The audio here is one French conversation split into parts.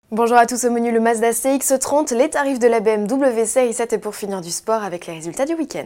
Bonjour à tous, au menu le Mazda CX-30, les tarifs de la BMW Série 7 et pour finir du sport avec les résultats du week-end.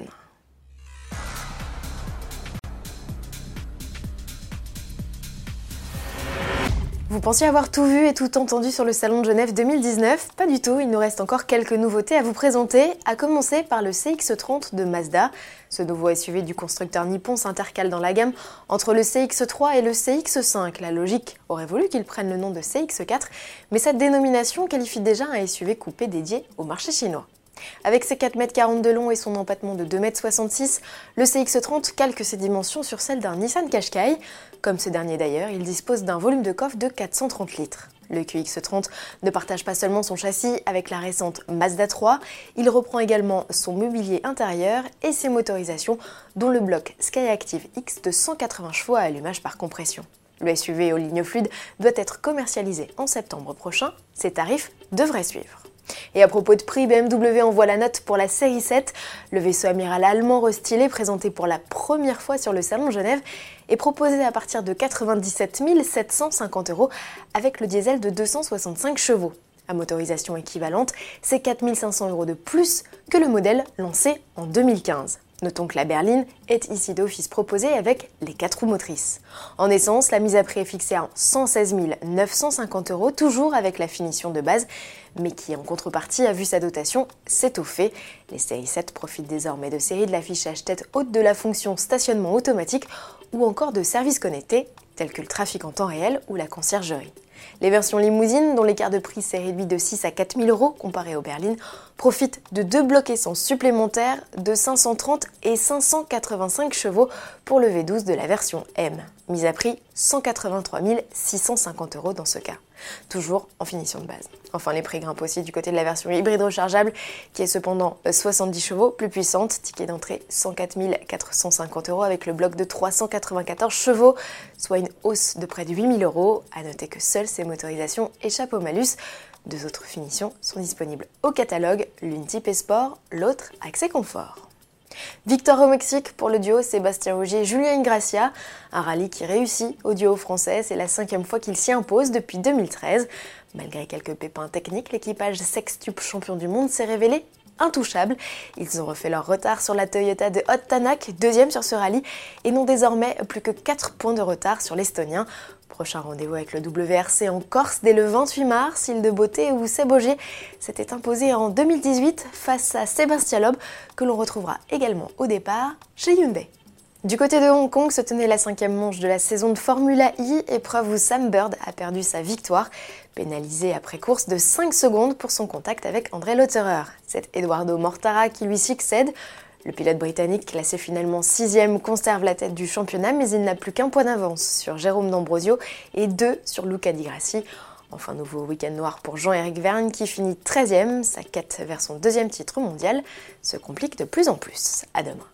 Vous pensiez avoir tout vu et tout entendu sur le Salon de Genève 2019 ? Pas du tout, il nous reste encore quelques nouveautés à vous présenter, à commencer par le CX-30 de Mazda. Ce nouveau SUV du constructeur nippon s'intercale dans la gamme entre le CX-3 et le CX-5. La logique aurait voulu qu'il prenne le nom de CX-4, mais cette dénomination qualifie déjà un SUV coupé dédié au marché chinois. Avec ses 4,40 m de long et son empattement de 2,66 m, le CX-30 calque ses dimensions sur celles d'un Nissan Qashqai. Comme ce dernier d'ailleurs, il dispose d'un volume de coffre de 430 litres. Le QX30 ne partage pas seulement son châssis avec la récente Mazda 3, il reprend également son mobilier intérieur et ses motorisations, dont le bloc Skyactiv X de 180 chevaux à allumage par compression. Le SUV aux lignes fluides doit être commercialisé en septembre prochain, ses tarifs devraient suivre. Et à propos de prix, BMW envoie la note pour la série 7. Le vaisseau amiral allemand restylé, présenté pour la première fois sur le Salon de Genève, est proposé à partir de 97 750 € avec le diesel de 265 chevaux. À motorisation équivalente, c'est 4 500 € de plus que le modèle lancé en 2015. Notons que la berline est ici d'office proposée avec les 4 roues motrices. En essence, la mise à prix est fixée à 116 950 €, toujours avec la finition de base, mais qui en contrepartie a vu sa dotation s'étoffer. Les séries 7 profitent désormais de séries de l'affichage tête haute, de la fonction stationnement automatique ou encore de services connectés tels que le trafic en temps réel ou la conciergerie. Les versions limousines, dont l'écart de prix s'est réduit de 6 à 4 000 € comparé aux berlines, profitent de 2 blocs essence supplémentaires de 530 et 585 chevaux pour le V12 de la version M. Mise à prix 183 650 € dans ce cas, toujours en finition de base. Enfin, les prix grimpent aussi du côté de la version hybride rechargeable, qui est cependant 70 chevaux plus puissante, ticket d'entrée 104 450 € avec le bloc de 394 chevaux, soit une hausse de près de 8 000 €. À noter que seules ces motorisations échappent au malus. 2 autres finitions sont disponibles au catalogue, l'une type Sport, l'autre accès confort. Victoire au Mexique pour le duo Sébastien Ogier et Julien Ingrassia, un rallye qui réussit au duo français, c'est la 5e fois qu'il s'y impose depuis 2013. Malgré quelques pépins techniques, l'équipage sextuple champion du monde s'est révélé intouchable. Ils ont refait leur retard sur la Toyota de Ott Tanak, 2e sur ce rallye, et n'ont désormais plus que 4 points de retard sur l'Estonien. Prochain rendez-vous avec le WRC en Corse dès le 28 mars, île de Beauté où Seb Ogier s'était imposé en 2018 face à Sébastien Loeb, que l'on retrouvera également au départ chez Hyundai. Du côté de Hong Kong se tenait la 5e manche de la saison de Formula E, épreuve où Sam Bird a perdu sa victoire, pénalisé après course de 5 secondes pour son contact avec André Lotterer. C'est Eduardo Mortara qui lui succède. Le pilote britannique, classé finalement 6e, conserve la tête du championnat, mais il n'a plus qu'un point d'avance sur Jérôme D'Ambrosio et 2 sur Luca Di Grassi. Enfin, nouveau week-end noir pour Jean-Éric Vergne qui finit 13e. Sa quête vers son 2e titre mondial se complique de plus en plus. À demain.